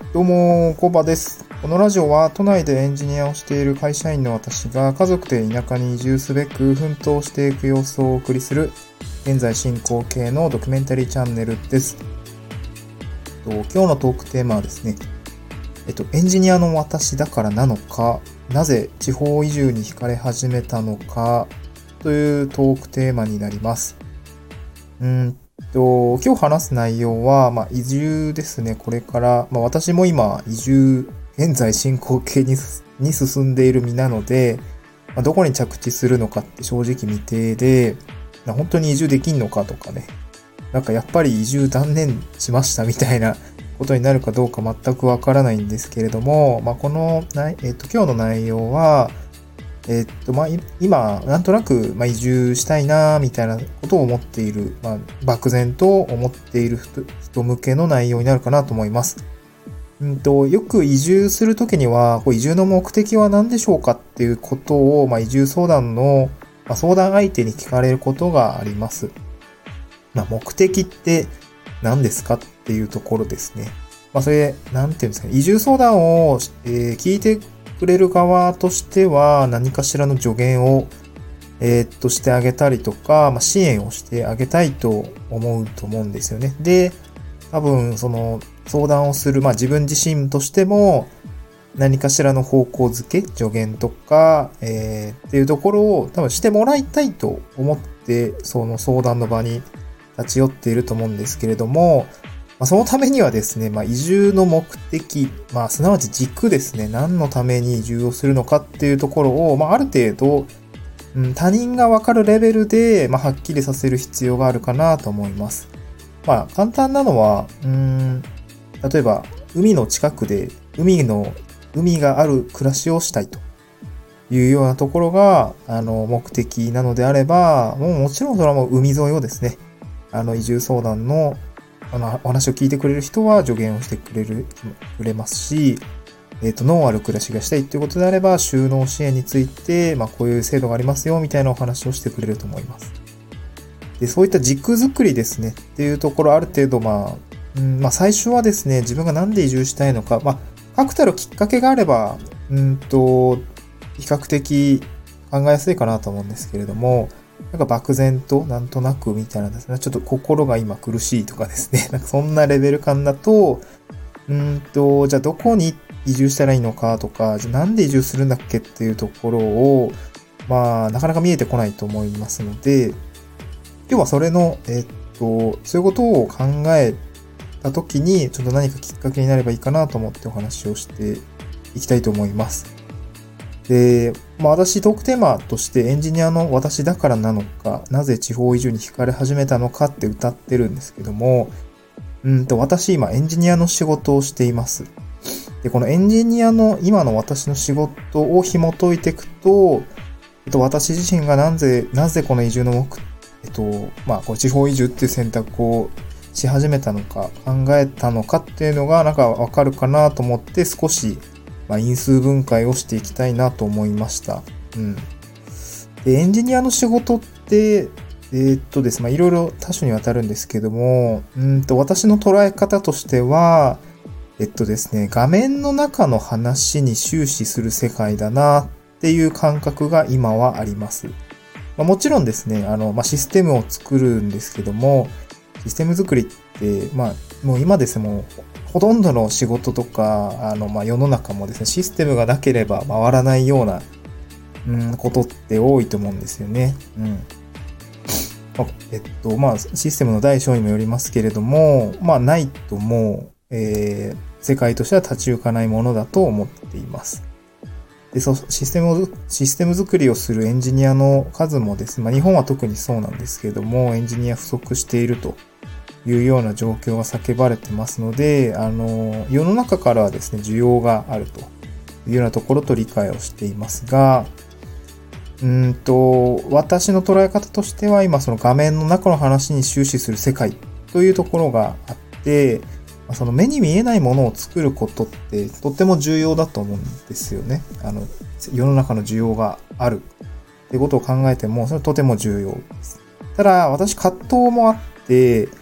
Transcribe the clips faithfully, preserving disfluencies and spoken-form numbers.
どうも、コバです。このラジオは都内でエンジニアをしている会社員の私が家族で田舎に移住すべく奮闘していく様子をお送りする現在進行形のドキュメンタリーチャンネルです。と今日のトークテーマはですね、えっと、エンジニアの私だからなのか、なぜ地方移住に惹かれ始めたのかというトークテーマになります。うんと今日話す内容は、まあ、移住ですね。これから、まあ、私も今移住現在進行形にに進んでいる身なので、まあ、どこに着地するのかって正直未定で、本当に移住できんのかとかね、なんかやっぱり移住断念しましたみたいなことになるかどうか全くわからないんですけれども、まあ、この、えっと、今日の内容は、えっと、まあ、今、なんとなく、まあ、移住したいな、みたいなことを思っている、まあ、漠然と思っている人向けの内容になるかなと思います。うんと、よく移住するときには、こう移住の目的は何でしょうかっていうことを、まあ、移住相談の、まあ、相談相手に聞かれることがあります。まあ、目的って何ですかっていうところですね。まあ、それ、なんていうんですかね、移住相談を、えー、聞いてくれる側としては何かしらの助言を、えー、っとしてあげたりとか、まあ、支援をしてあげたいと思うと思うんですよね。で、多分その相談をする、まあ自分自身としても何かしらの方向づけ、助言とか、えー、っていうところを多分してもらいたいと思って、その相談の場に立ち寄っていると思うんですけれども、まあ、そのためにはですね、まあ、移住の目的、まあ、すなわち軸ですね、何のために移住をするのかっていうところを、まあ、ある程度、うん、他人がわかるレベルで、まあ、はっきりさせる必要があるかなと思います。まあ、簡単なのは、うーん、例えば、海の近くで、海の、海がある暮らしをしたいというようなところが、あの、目的なのであれば、もうもちろんそれはもう海沿いをですね、あの、移住相談のあの、お話を聞いてくれる人は助言をしてくれる、くれますし、えっと、脳ある暮らしがしたいということであれば、就農支援について、まあ、こういう制度がありますよ、みたいなお話をしてくれると思います。で、そういった軸作りですね、っていうところ、ある程度、まあ、うん、まあ、最初はですね、自分がなんで移住したいのか、まあ、確たるきっかけがあれば、うんと、比較的考えやすいかなと思うんですけれども、なんか漠然となんとなくみたいなですね、ちょっと心が今苦しいとかですね、なんかそんなレベル感だと、うんと、じゃあどこに移住したらいいのかとか、じゃあなんで移住するんだっけっていうところを、まあ、なかなか見えてこないと思いますので、今日はそれの、えっと、そういうことを考えたときに、ちょっと何かきっかけになればいいかなと思ってお話をしていきたいと思います。で、まあ私トークテーマとしてエンジニアの私だからなのか、なぜ地方移住に惹かれ始めたのかって歌ってるんですけども、うんと私今エンジニアの仕事をしています。で、このエンジニアの今の私の仕事を紐解いていくと、えっと私自身がなぜ、なぜこの移住の目、えっと、まあこれ地方移住っていう選択をし始めたのか、考えたのかっていうのがなんかわかるかなと思って少しまあ、因数分解をしていきたいなと思いました。うん。で、エンジニアの仕事って、えー、っとですね、まあ、いろいろ多種にわたるんですけども、うんと、私の捉え方としては、えっとですね、画面の中の話に終始する世界だなっていう感覚が今はあります。まあ、もちろんですね、あの、まあ、システムを作るんですけども、システム作りって、まあ、もう今ですもほとんどの仕事とか、あの、まあ、世の中もですね、システムがなければ回らないような、うん、ことって多いと思うんですよね。うん。えっと、まあ、システムの大小にもよりますけれども、まあ、ないともう、えー、世界としては立ち行かないものだと思っています。で、そう、システムを、システム作りをするエンジニアの数もですね、まあ、日本は特にそうなんですけれども、エンジニア不足しているというような状況が叫ばれてますので、あの、世の中からはですね、需要があるというようなところと理解をしていますが、うんと、私の捉え方としては、今その画面の中の話に終始する世界というところがあって、その目に見えないものを作ることってとっても重要だと思うんですよね。あの、世の中の需要があるっていうことを考えても、それはとても重要です。ただ、私葛藤もあって、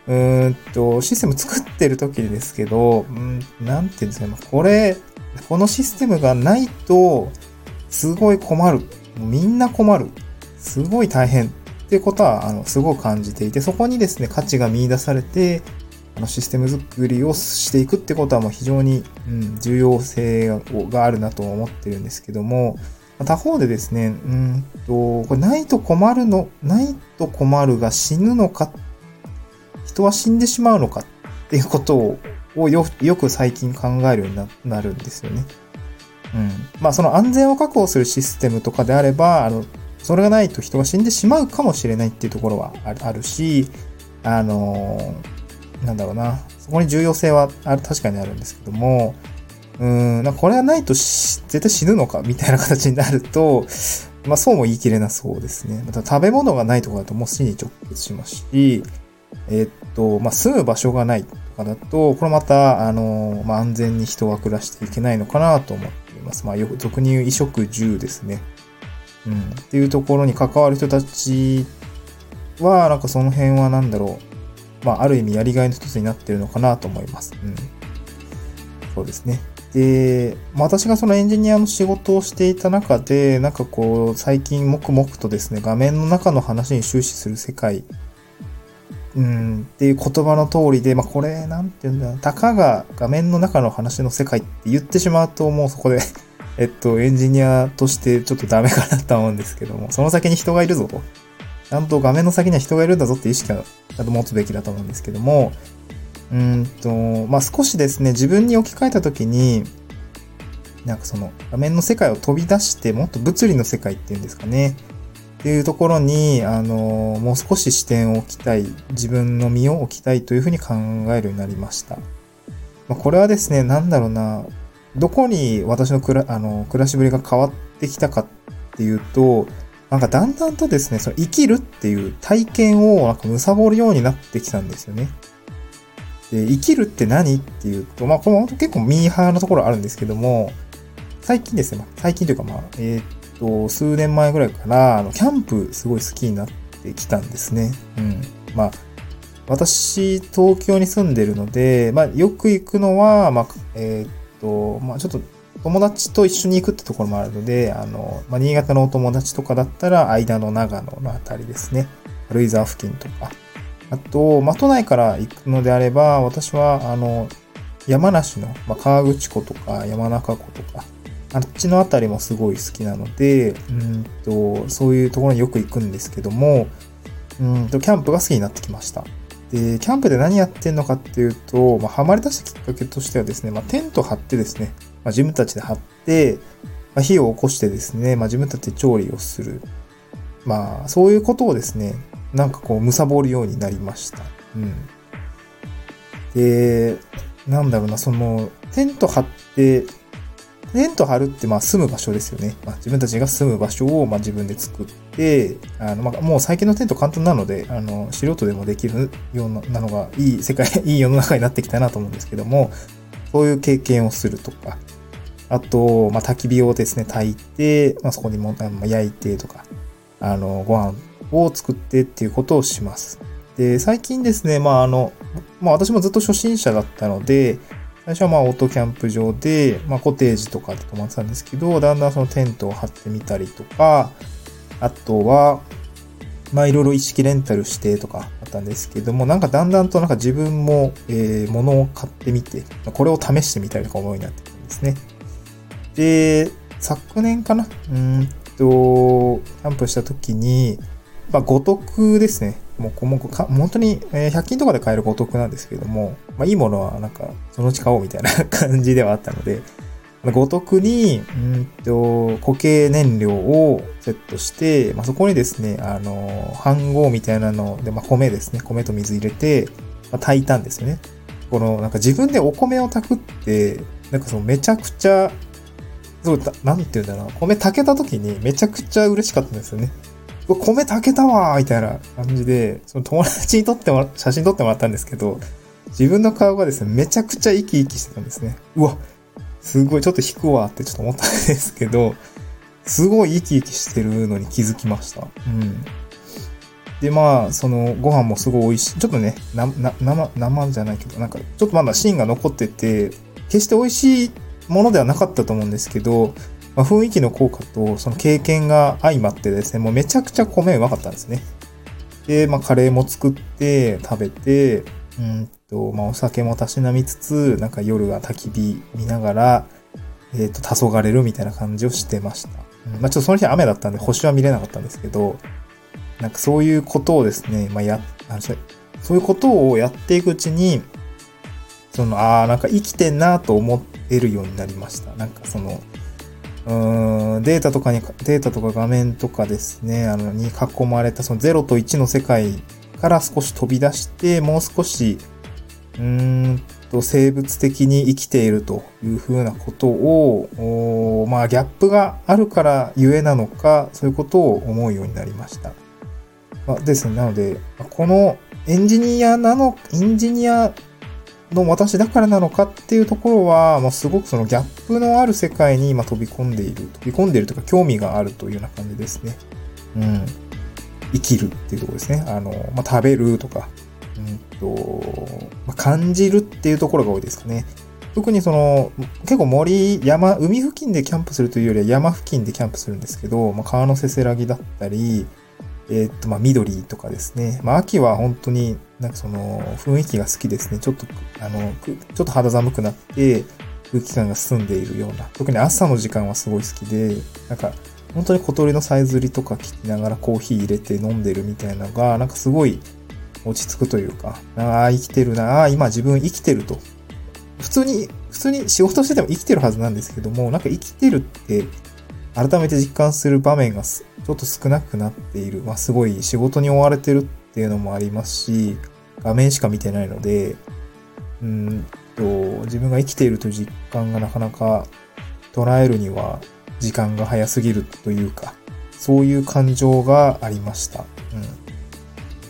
うーんと、システム作ってる時ですけど、うん、なんていうんですかね、これ、このシステムがないと、すごい困る。みんな困る。すごい大変。っていうことは、あの、すごく感じていて、そこにですね、価値が見出されて、あの、システム作りをしていくってことは、もう非常に、うん、重要性があるなと思ってるんですけども、他方でですね、うんと、これないと困るの、ないと困るが死ぬのか、人は死んでしまうのかっていうことをよ、よく最近考えるようになるんですよね。うん。まあその安全を確保するシステムとかであれば、あの、それがないと人が死んでしまうかもしれないっていうところはあるし、あの、なんだろうな、そこに重要性はある、確かにあるんですけども、うーん、なんかこれがないと絶対死ぬのかみたいな形になると、まあそうも言い切れなそうですね。また食べ物がないところだともう死に直結しますし、えー、っと、まあ住む場所がないとかだと、これまた、あの、まあ安全に人が暮らしていけないのかなと思っています。まあよく俗に言う衣食住ですね。うん。っていうところに関わる人たちは、なんかその辺はなんだろう。まあある意味やりがいの一つになっているのかなと思います。うん。そうですね。で、私がそのエンジニアの仕事をしていた中で、なんかこう、最近黙々とですね、画面の中の話に終始する世界、うん、っていう言葉の通りで、まあこれ、なんていうんだ、たかが画面の中の話の世界って言ってしまうと、もうそこで、えっと、エンジニアとしてちょっとダメかなと思うんですけども、その先に人がいるぞと。ちゃんと画面の先には人がいるんだぞって意識はちゃんと持つべきだと思うんですけども、うんと、まあ、少しですね、自分に置き換えたときに、なんかその画面の世界を飛び出して、もっと物理の世界っていうんですかね。っていうところに、あの、もう少し視点を置きたい、自分の身を置きたいというふうに考えるようになりました。まあ、これはですね、なんだろうな、どこに私のくら、あの、暮らしぶりが変わってきたかっていうと、なんかだんだんとですね、その生きるっていう体験をなんか貪るようになってきたんですよね。で、生きるって何っていうと、まあ、これ本当結構ミーハーなところあるんですけども、最近ですね、最近というかまあ、えー、っと、数年前ぐらいから、あの、キャンプすごい好きになってきたんですね。うん。まあ、私、東京に住んでるので、まあ、よく行くのは、まあ、えー、っと、まあ、ちょっと、友達と一緒に行くってところもあるので、あの、まあ、新潟のお友達とかだったら、間の長野のあたりですね。軽井沢付近とか。あと、まあ、都内から行くのであれば、私は、あの、山梨の、まあ、河口湖とか山中湖とか、あっちのあたりもすごい好きなので、うんと、そういうところによく行くんですけども、うんと、キャンプが好きになってきました。で、キャンプで何やってんのかっていうと、まあ、ハマり出したきっかけとしてはですね、まあ、テント張ってですね、まあ、自分たちで張って、まあ、火を起こしてですね、まあ、自分たちで調理をする。まあ、そういうことをですね、なんかこう、貪るようになりました。うん。で、なんだろうな、その、テント張って、テント張るってまあ住む場所ですよね。まあ、自分たちが住む場所をまあ自分で作って、あのまあもう最近のテント簡単なので、あの素人でもできるようなのがいい世界、いい世の中になってきたなと思うんですけども、そういう経験をするとか、あと、まあ焚き火をですね、焚いて、まあそこにもあの焼いてとか、あのご飯を作ってっていうことをします。で、最近ですね、まああの、まあ私もずっと初心者だったので、最初はまあオートキャンプ場で、まあコテージとかで泊まってたんですけど、だんだんそのテントを張ってみたりとか、あとは、まあいろいろ一式レンタルしてとかあったんですけども、なんかだんだんとなんか自分も、えー、物を買ってみて、これを試してみたりとか思うようになってくるんですね。で、昨年かなうーんと、キャンプした時に、まあ五徳ですね。もう、こもか本当に、えー、ひゃく均とかで買える五徳なんですけども、まあ、いいものはなんか、そのうち買おうみたいな感じではあったので、五徳に、うんと、固形燃料をセットして、まあ、そこにですね、あの、飯盒みたいなので、まあ、米ですね、米と水入れて、まあ、炊いたんですよね。この、なんか自分でお米を炊くって、なんかそのめちゃくちゃ、そう、なんて言うんだろう、米炊けた時にめちゃくちゃ嬉しかったんですよね。米炊けたわーみたいな感じで、その友達に撮ってもら、写真撮ってもらったんですけど、自分の顔がですね、めちゃくちゃ生き生きしてたんですね。うわ、すごい、ちょっと引くわってちょっと思ったんですけど、すごい生き生きしてるのに気づきました。うん。 で、まあ、その、ご飯もすごい美味しい。ちょっとね、な、な、生、生じゃないけど、なんか、ちょっとまだ芯が残ってて、決して美味しいものではなかったと思うんですけど、まあ、雰囲気の効果と、その経験が相まってですね、もうめちゃくちゃ米うまかったんですね。で、まあ、カレーも作って食べて、うんと、まあ、お酒もたしなみつつ、なんか夜は焚き火見ながら、えっと、黄昏るみたいな感じをしてました。うん、まあ、ちょっとその日雨だったんで星は見れなかったんですけど、なんかそういうことをですね、まあ、や、あの、そういうことをやっていくうちに、その、ああ、なんか生きてんなと思えるようになりました。なんかその、うーん、データとかに、データとか画面とかですね、あの、に囲まれたそのゼロといちの世界から少し飛び出して、もう少し、うーんと、生物的に生きているというふうなことを、まあ、ギャップがあるからゆえなのか、そういうことを思うようになりました。まあ、ですね。なので、このエンジニアなの、エンジニアの私だからなのかっていうところは、まあ、すごくそのギャップのある世界に今飛び込んでいる。飛び込んでいるというか興味があるというような感じですね。うん。生きるっていうところですね。あの、まあ、食べるとか、うんと、まあ、感じるっていうところが多いですかね。特にその、結構森、山、海付近でキャンプするというよりは山付近でキャンプするんですけど、まあ、川のせせらぎだったり、えー、っと、まあ、緑とかですね。まあ、秋は本当になんかその雰囲気が好きですね。ちょっと、あの、ちょっと肌寒くなって空気感が澄んでいるような。特に朝の時間はすごい好きで、なんか本当に小鳥のさえずりとか聞きながらコーヒー入れて飲んでるみたいなのが、なんかすごい落ち着くというか、ああ、生きてるな、ああ、今自分生きてると。普通に、普通に仕事してても生きてるはずなんですけども、なんか生きてるって、改めて実感する場面がちょっと少なくなっている。まあ、すごい仕事に追われてるっていうのもありますし、画面しか見てないので、うんと、自分が生きているという実感がなかなか捉えるには時間が早すぎるというか、そういう感情がありました。うん、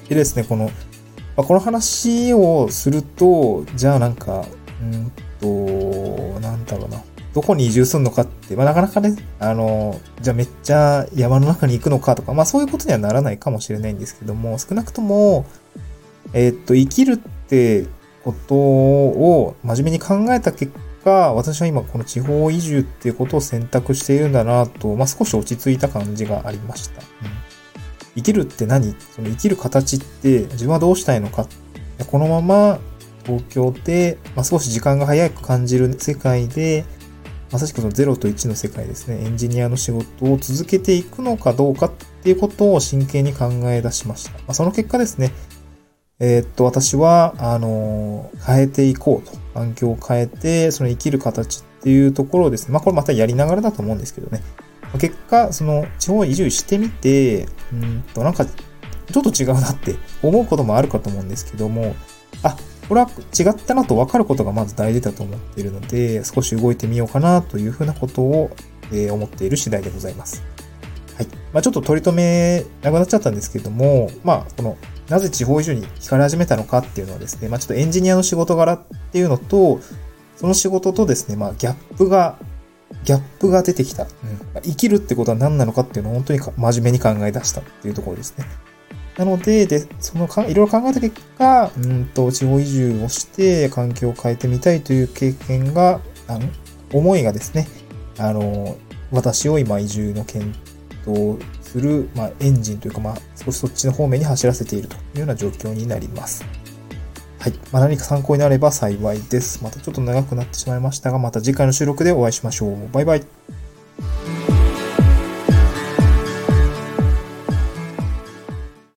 でですね、この、まあ、この話をすると、じゃあなんか、うんと、なんだろうな。どこに移住するのかって、まあ、なかなかね、あの、じゃあめっちゃ山の中に行くのかとか、まあそういうことにはならないかもしれないんですけども、少なくとも、えー、っと、生きるってことを真面目に考えた結果、私は今この地方移住っていうことを選択しているんだなと、まあ少し落ち着いた感じがありました。うん、生きるって何？その生きる形って自分はどうしたいのか？このまま東京で、まあ、少し時間が早く感じる世界で、まさしくそのゼロといちの世界ですね。エンジニアの仕事を続けていくのかどうかっていうことを真剣に考え出しました。まあ、その結果ですね、えー、っと、私は、あのー、変えていこうと。環境を変えて、その生きる形っていうところをですね、まあこれまたやりながらだと思うんですけどね。結果、その地方移住してみて、うんと、なんか、ちょっと違うなって思うこともあるかと思うんですけども、あ、これは違ったなと分かることがまず大事だと思っているので、少し動いてみようかなというふうなことを、えー、思っている次第でございます。はい。まあちょっと取り留めなくなっちゃったんですけども、まあこの、なぜ地方移住に惹かれ始めたのかっていうのはですね、まあちょっとエンジニアの仕事柄っていうのと、その仕事とですね、まあギャップが、ギャップが出てきた。うん、生きるってことは何なのかっていうのを本当に真面目に考え出したっていうところですね。なので、で、そのか、いろいろ考えた結果、うんと、地方移住をして環境を変えてみたいという経験が、あの、思いがですね、あの、私を今移住の検討する、まあ、エンジンというか、まあ、少しそっちの方面に走らせているというような状況になります。はい。まあ、何か参考になれば幸いです。またちょっと長くなってしまいましたが、また次回の収録でお会いしましょう。バイバイ。